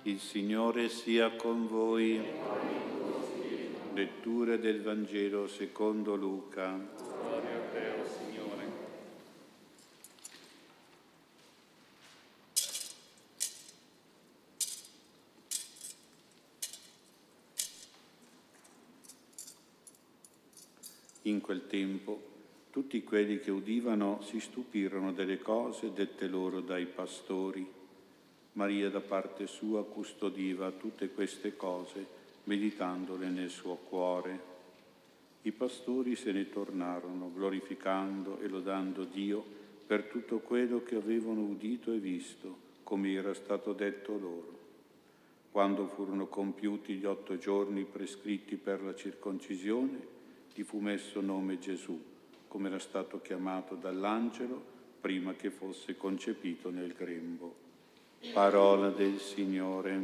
Il Signore sia con voi. Lettura del Vangelo secondo Luca. Gloria a te, o Signore. In quel tempo tutti quelli che udivano si stupirono delle cose dette loro dai pastori. Maria da parte sua custodiva tutte queste cose, meditandole nel suo cuore. I pastori se ne tornarono, glorificando e lodando Dio per tutto quello che avevano udito e visto, come era stato detto loro. Quando furono compiuti gli 8 giorni prescritti per la circoncisione, gli fu messo nome Gesù, come era stato chiamato dall'angelo prima che fosse concepito nel grembo. Parola del Signore.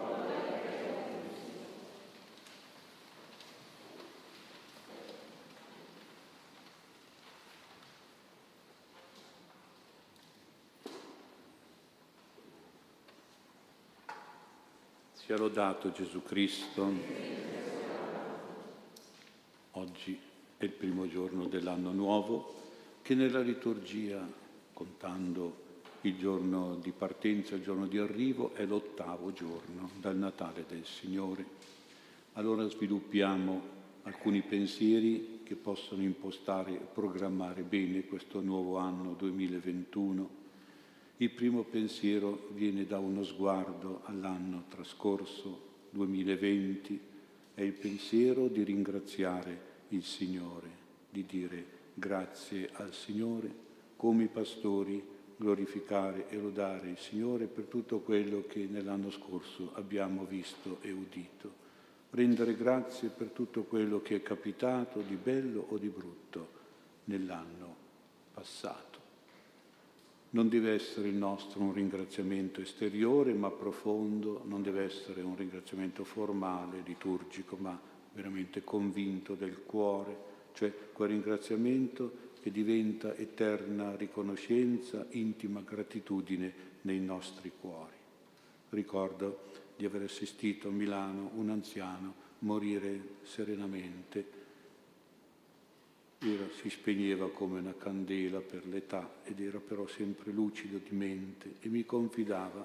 Sia lodato Gesù Cristo. Oggi è il primo giorno dell'anno nuovo che nella liturgia, contando il giorno di partenza, il giorno di arrivo, è l'8° giorno dal Natale del Signore. Allora sviluppiamo alcuni pensieri che possono impostare e programmare bene questo nuovo anno 2021. Il primo pensiero viene da uno sguardo all'anno trascorso, 2020, è il pensiero di ringraziare il Signore, di dire grazie al Signore, come i pastori glorificare e lodare il Signore per tutto quello che nell'anno scorso abbiamo visto e udito. Rendere grazie per tutto quello che è capitato di bello o di brutto nell'anno passato. Non deve essere il nostro un ringraziamento esteriore ma profondo, non deve essere un ringraziamento formale, liturgico, ma veramente convinto del cuore, cioè quel ringraziamento che diventa eterna riconoscenza, intima gratitudine nei nostri cuori. Ricordo di aver assistito a Milano un anziano morire serenamente. Si spegneva come una candela per l'età ed era però sempre lucido di mente e mi confidava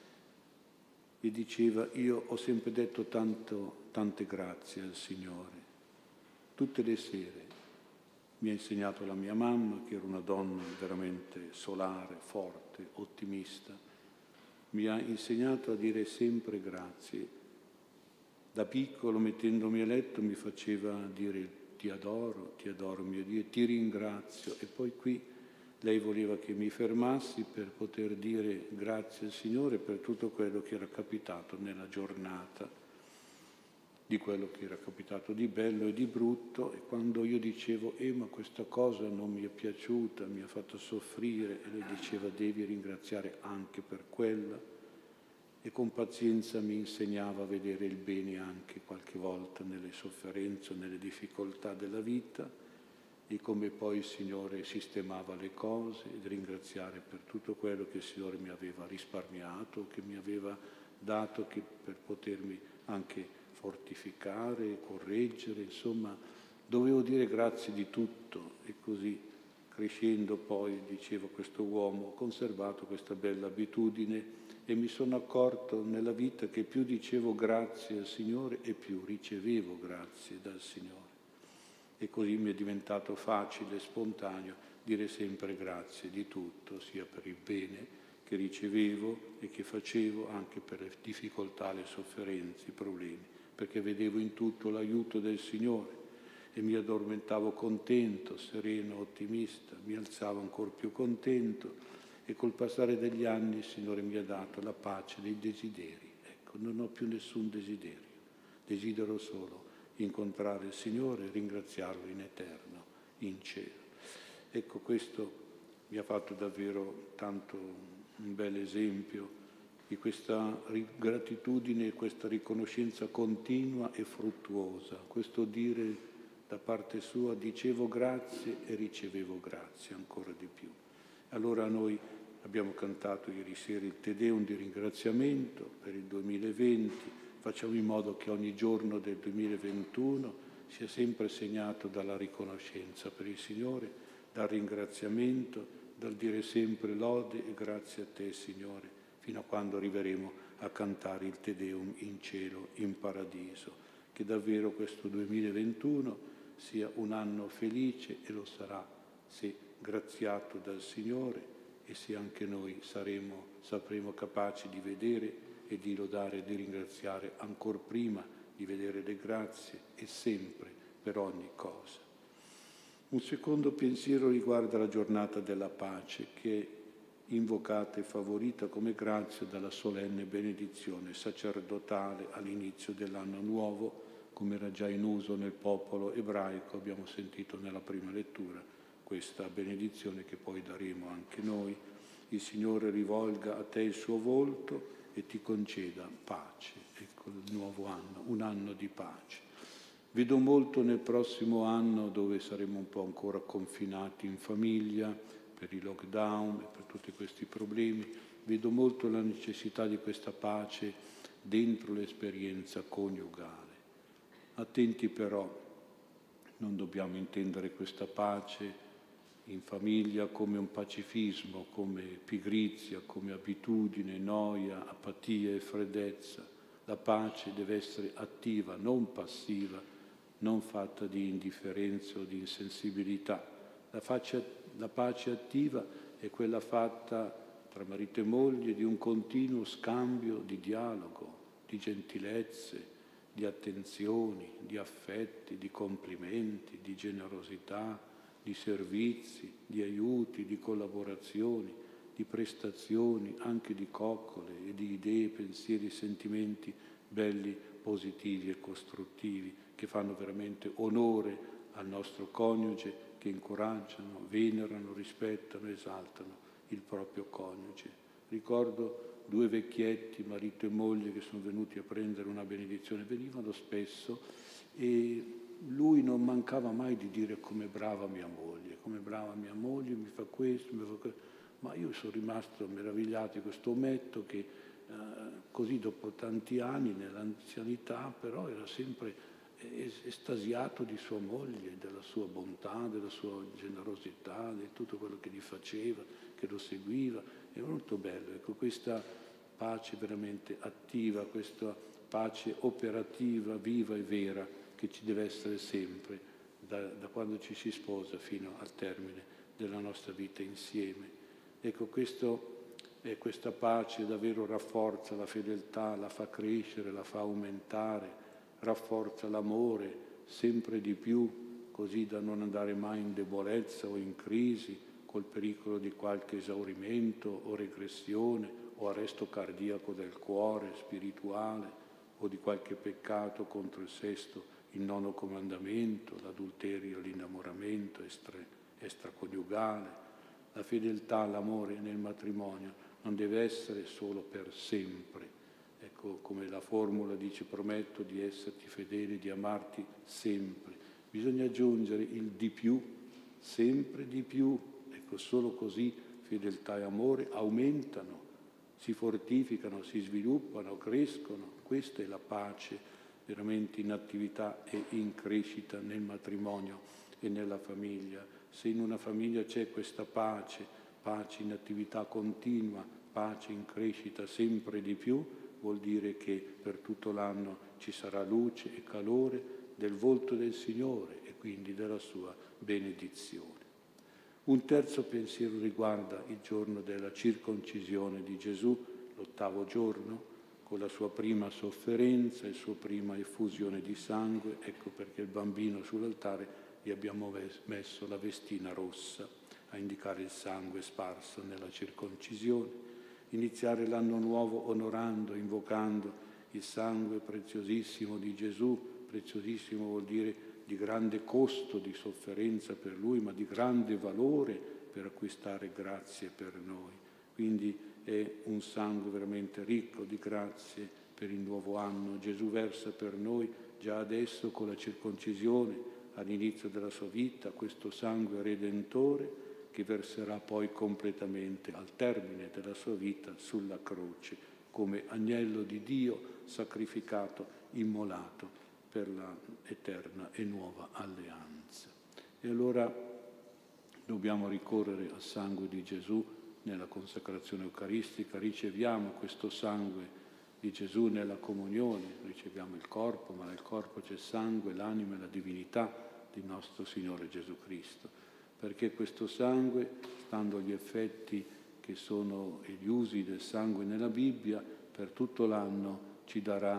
e diceva: io ho sempre detto tante grazie al Signore, tutte le sere. Mi ha insegnato la mia mamma, che era una donna veramente solare, forte, ottimista. Mi ha insegnato a dire sempre grazie. Da piccolo, mettendomi a letto, mi faceva dire ti adoro mio Dio, ti ringrazio. E poi qui lei voleva che mi fermassi per poter dire grazie al Signore per tutto quello che era capitato nella giornata, di quello che era capitato di bello e di brutto. E quando io dicevo ma questa cosa non mi è piaciuta, mi ha fatto soffrire, e lei diceva devi ringraziare anche per quella, e con pazienza mi insegnava a vedere il bene anche qualche volta nelle sofferenze, nelle difficoltà della vita, e come poi il Signore sistemava le cose, ed ringraziare per tutto quello che il Signore mi aveva risparmiato, che mi aveva dato, che per potermi anche fortificare, correggere, insomma, dovevo dire grazie di tutto. E così, crescendo poi, dicevo, questo uomo ha conservato questa bella abitudine, e mi sono accorto nella vita che più dicevo grazie al Signore e più ricevevo grazie dal Signore. E così mi è diventato facile, spontaneo, dire sempre grazie di tutto, sia per il bene che ricevevo e che facevo, anche per le difficoltà, le sofferenze, i problemi, perché vedevo in tutto l'aiuto del Signore e mi addormentavo contento, sereno, ottimista, mi alzavo ancora più contento, e col passare degli anni il Signore mi ha dato la pace dei desideri. Ecco, non ho più nessun desiderio, desidero solo incontrare il Signore e ringraziarlo in eterno, in cielo. Ecco, questo mi ha fatto davvero tanto un bel esempio di questa gratitudine e questa riconoscenza continua e fruttuosa, questo dire da parte sua dicevo grazie e ricevevo grazie ancora di più. Allora noi Abbiamo cantato ieri sera il Te Deum di ringraziamento per il 2020, facciamo in modo che ogni giorno del 2021 sia sempre segnato dalla riconoscenza per il Signore, dal ringraziamento, dal dire sempre lode e grazie a Te, Signore, fino a quando arriveremo a cantare il Te Deum in cielo, in paradiso. Che davvero questo 2021 sia un anno felice, e lo sarà se graziato dal Signore, e se anche noi sapremo capaci di vedere e di lodare e di ringraziare ancor prima di vedere le grazie, e sempre per ogni cosa. Un secondo pensiero riguarda la giornata della pace, che è invocata e favorita come grazia dalla solenne benedizione sacerdotale all'inizio dell'anno nuovo, come era già in uso nel popolo ebraico. Abbiamo sentito nella prima lettura questa benedizione che poi daremo anche noi. Il Signore rivolga a te il suo volto e ti conceda pace. Ecco il nuovo anno, un anno di pace. Vedo molto nel prossimo anno, dove saremo un po' ancora confinati in famiglia per i lockdown e per tutti questi problemi, vedo molto la necessità di questa pace dentro l'esperienza coniugale. Attenti però, non dobbiamo intendere questa pace in famiglia come un pacifismo, come pigrizia, come abitudine, noia, apatia e freddezza. La pace deve essere attiva, non passiva, non fatta di indifferenza o di insensibilità. La pace attiva è quella fatta tra marito e moglie di un continuo scambio di dialogo, di gentilezze, di attenzioni, di affetti, di complimenti, di generosità, di servizi, di aiuti, di collaborazioni, di prestazioni, anche di coccole e di idee, pensieri e sentimenti belli, positivi e costruttivi, che fanno veramente onore al nostro coniuge, che incoraggiano, venerano, rispettano, esaltano il proprio coniuge. Ricordo 2 vecchietti, marito e moglie, che sono venuti a prendere una benedizione, venivano spesso, e lui non mancava mai di dire come brava mia moglie, mi fa questo, mi fa questo. Ma io sono rimasto meravigliato di questo ometto che così dopo tanti anni nell'anzianità però era sempre estasiato di sua moglie, della sua bontà, della sua generosità, di tutto quello che gli faceva, che lo seguiva. È molto bello, ecco, questa pace veramente attiva, questa pace operativa, viva e vera, che ci deve essere sempre, da quando ci si sposa fino al termine della nostra vita insieme. Ecco, questa pace davvero rafforza la fedeltà, la fa crescere, la fa aumentare, rafforza l'amore sempre di più, così da non andare mai in debolezza o in crisi, col pericolo di qualche esaurimento o regressione o arresto cardiaco del cuore spirituale, o di qualche peccato contro il sesto, il 9° comandamento, l'adulterio, l'innamoramento extraconiugale. La fedeltà, l'amore nel matrimonio non deve essere solo per sempre. Ecco, come la formula dice, prometto di esserti fedele, di amarti sempre. Bisogna aggiungere il di più, sempre di più. Ecco, solo così fedeltà e amore aumentano, si fortificano, si sviluppano, crescono. Questa è la pace veramente in attività e in crescita nel matrimonio e nella famiglia. Se in una famiglia c'è questa pace, pace in attività continua, pace in crescita sempre di più, vuol dire che per tutto l'anno ci sarà luce e calore del volto del Signore e quindi della sua benedizione. Un terzo pensiero riguarda il giorno della circoncisione di Gesù, l'8° giorno, con la sua prima sofferenza e sua prima effusione di sangue. Ecco perché il bambino sull'altare gli abbiamo messo la vestina rossa a indicare il sangue sparso nella circoncisione. Iniziare l'anno nuovo onorando, invocando il sangue preziosissimo di Gesù. Preziosissimo vuol dire di grande costo, di sofferenza per Lui, ma di grande valore per acquistare grazie per noi. Quindi è un sangue veramente ricco di grazie per il nuovo anno. Gesù versa per noi già adesso con la circoncisione, all'inizio della sua vita, questo sangue redentore, che verserà poi completamente al termine della sua vita sulla croce, come agnello di Dio sacrificato, immolato per la eterna e nuova alleanza. E allora dobbiamo ricorrere al sangue di Gesù nella consacrazione eucaristica, riceviamo questo sangue di Gesù nella comunione, riceviamo il corpo, ma nel corpo c'è il sangue, l'anima e la divinità di nostro Signore Gesù Cristo, perché questo sangue, stando agli effetti che sono e gli usi del sangue nella Bibbia, per tutto l'anno ci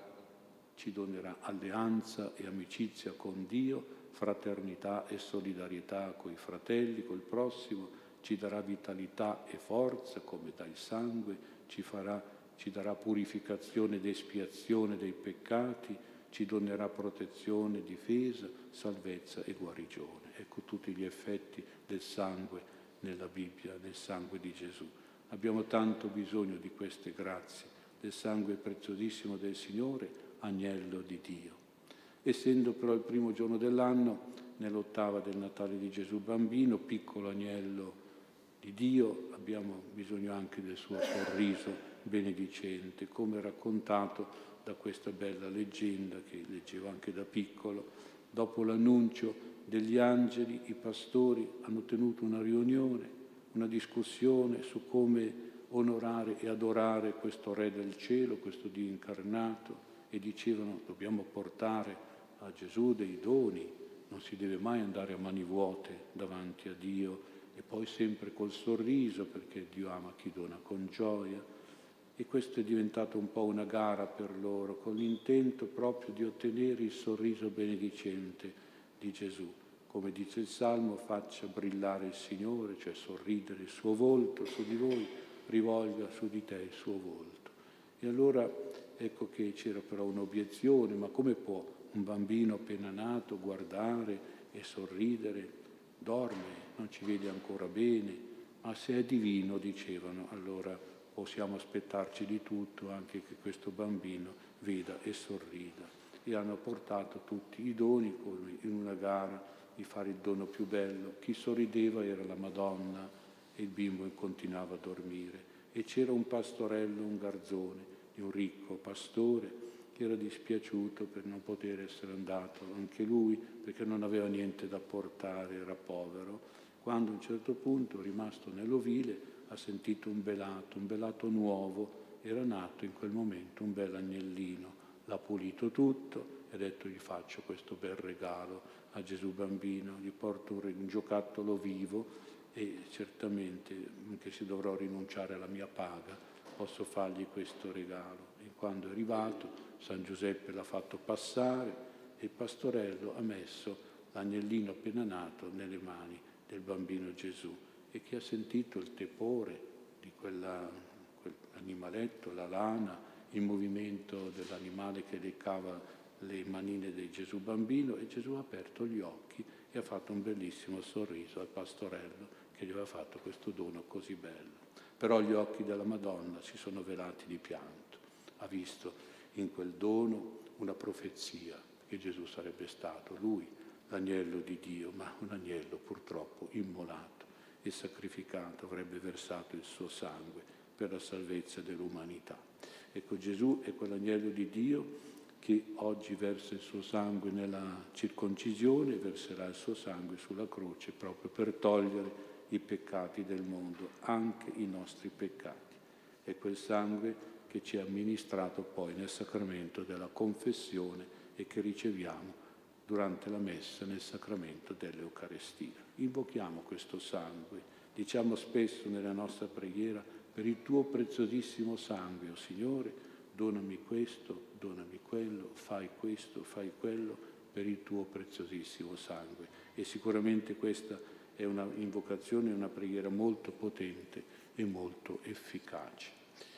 donerà alleanza e amicizia con Dio, fraternità e solidarietà con i fratelli, col prossimo, ci darà vitalità e forza come dà il sangue, ci darà purificazione ed espiazione dei peccati, ci donerà protezione, difesa, salvezza e guarigione. Ecco tutti gli effetti del sangue nella Bibbia, del sangue di Gesù. Abbiamo tanto bisogno di queste grazie, del sangue preziosissimo del Signore, agnello di Dio. Essendo però il primo giorno dell'anno, nell'ottava del Natale di Gesù bambino, piccolo agnello di Dio, abbiamo bisogno anche del suo sorriso benedicente, come raccontato da questa bella leggenda che leggevo anche da piccolo. Dopo l'annuncio degli angeli, i pastori hanno tenuto una riunione, una discussione su come onorare e adorare questo Re del cielo, questo Dio incarnato, e dicevano: dobbiamo portare a Gesù dei doni, non si deve mai andare a mani vuote davanti a Dio, e poi sempre col sorriso, perché Dio ama chi dona con gioia. E questo è diventato un po' una gara per loro, con l'intento proprio di ottenere il sorriso benedicente di Gesù. Come dice il Salmo, faccia brillare il Signore, cioè sorridere il suo volto su di voi, rivolga su di te il suo volto. E allora ecco che c'era però un'obiezione: ma come può un bambino appena nato guardare e sorridere? Dorme, non ci vede ancora bene, ma se è divino, dicevano, allora possiamo aspettarci di tutto, anche che questo bambino veda e sorrida. E hanno portato tutti i doni, come in una gara di fare il dono più bello. Chi sorrideva era la Madonna e il bimbo continuava a dormire. E c'era un pastorello, un garzone di un ricco pastore, che era dispiaciuto per non poter essere andato anche lui, perché non aveva niente da portare, era povero, quando a un certo punto, rimasto nell'ovile, ha sentito un belato nuovo, era nato in quel momento un bel agnellino, l'ha pulito tutto e ha detto: gli faccio questo bel regalo a Gesù bambino, gli porto un giocattolo vivo e certamente, anche se dovrò rinunciare alla mia paga, posso fargli questo regalo. E quando è arrivato, San Giuseppe l'ha fatto passare e il pastorello ha messo l'agnellino appena nato nelle mani del bambino Gesù, e che ha sentito il tepore di quell'animaletto, la lana, il movimento dell'animale che leccava le manine di Gesù bambino, e Gesù ha aperto gli occhi e ha fatto un bellissimo sorriso al pastorello che gli aveva fatto questo dono così bello. Però gli occhi della Madonna si sono velati di pianto. Ha visto in quel dono una profezia, che Gesù sarebbe stato lui, l'agnello di Dio, ma un agnello purtroppo immolato e sacrificato, avrebbe versato il suo sangue per la salvezza dell'umanità. Ecco, Gesù è quell'agnello di Dio che oggi versa il suo sangue nella circoncisione, verserà il suo sangue sulla croce proprio per togliere i peccati del mondo, anche i nostri peccati. È quel sangue che ci è amministrato poi nel sacramento della confessione e che riceviamo durante la messa nel sacramento dell'Eucarestia. Invochiamo questo sangue, diciamo spesso nella nostra preghiera: per il tuo preziosissimo sangue, o Signore, donami questo, donami quello, fai questo, fai quello, per il tuo preziosissimo sangue. E sicuramente questa è una invocazione, una preghiera molto potente e molto efficace.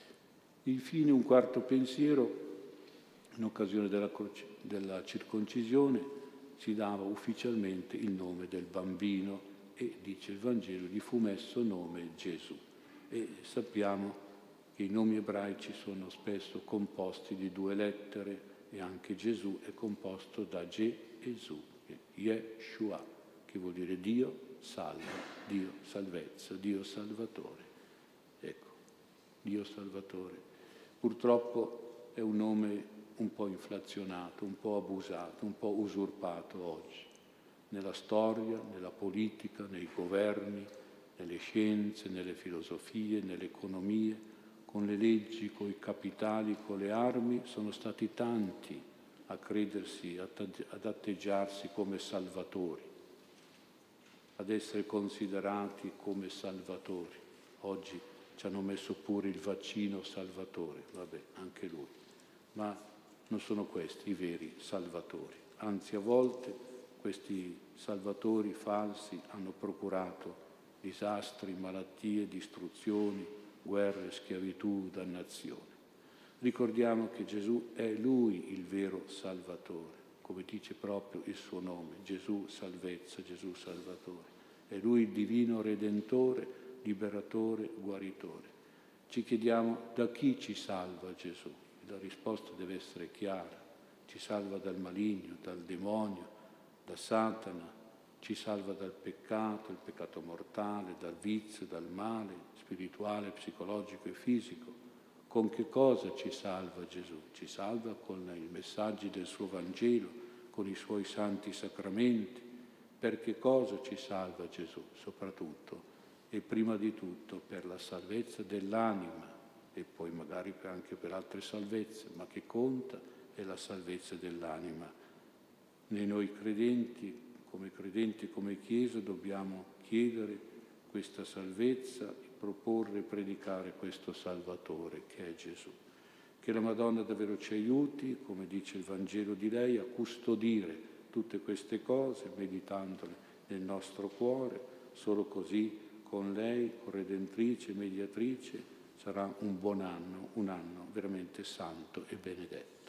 Infine un quarto pensiero: in occasione della circoncisione si dava ufficialmente il nome del bambino e, dice il Vangelo, gli fu messo nome Gesù. E sappiamo che i nomi ebraici sono spesso composti di due lettere, e anche Gesù è composto da Je e Zu, Yeshua, che vuol dire Dio salva, Dio salvezza, Dio Salvatore. Ecco, Dio Salvatore. Purtroppo è un nome un po' inflazionato, un po' abusato, un po' usurpato oggi, nella storia, nella politica, nei governi, nelle scienze, nelle filosofie, nelle economie, con le leggi, con i capitali, con le armi. Sono stati tanti a credersi, ad atteggiarsi come salvatori, ad essere considerati come salvatori. Oggi ci hanno messo pure il vaccino salvatore, vabbè, anche lui. Ma non sono questi i veri salvatori. Anzi, a volte questi salvatori falsi hanno procurato disastri, malattie, distruzioni, guerre, schiavitù, dannazione. Ricordiamo che Gesù è Lui il vero Salvatore, come dice proprio il suo nome, Gesù salvezza, Gesù Salvatore. È Lui il divino Redentore, liberatore, guaritore. Ci chiediamo da chi ci salva Gesù? La risposta deve essere chiara. Ci salva dal maligno, dal demonio, da Satana, ci salva dal peccato, il peccato mortale, dal vizio, dal male spirituale, psicologico e fisico. Con che cosa ci salva Gesù? Ci salva con i messaggi del suo Vangelo, con i suoi santi sacramenti. Per che cosa ci salva Gesù? Soprattutto e prima di tutto per la salvezza dell'anima e poi magari anche per altre salvezze, ma che conta è la salvezza dell'anima. Noi credenti, come Chiesa, dobbiamo chiedere questa salvezza, proporre e predicare questo Salvatore che è Gesù. Che la Madonna davvero ci aiuti, come dice il Vangelo di lei, a custodire tutte queste cose, meditandole nel nostro cuore. Solo così, con lei, corredentrice, mediatrice, sarà un buon anno, un anno veramente santo e benedetto.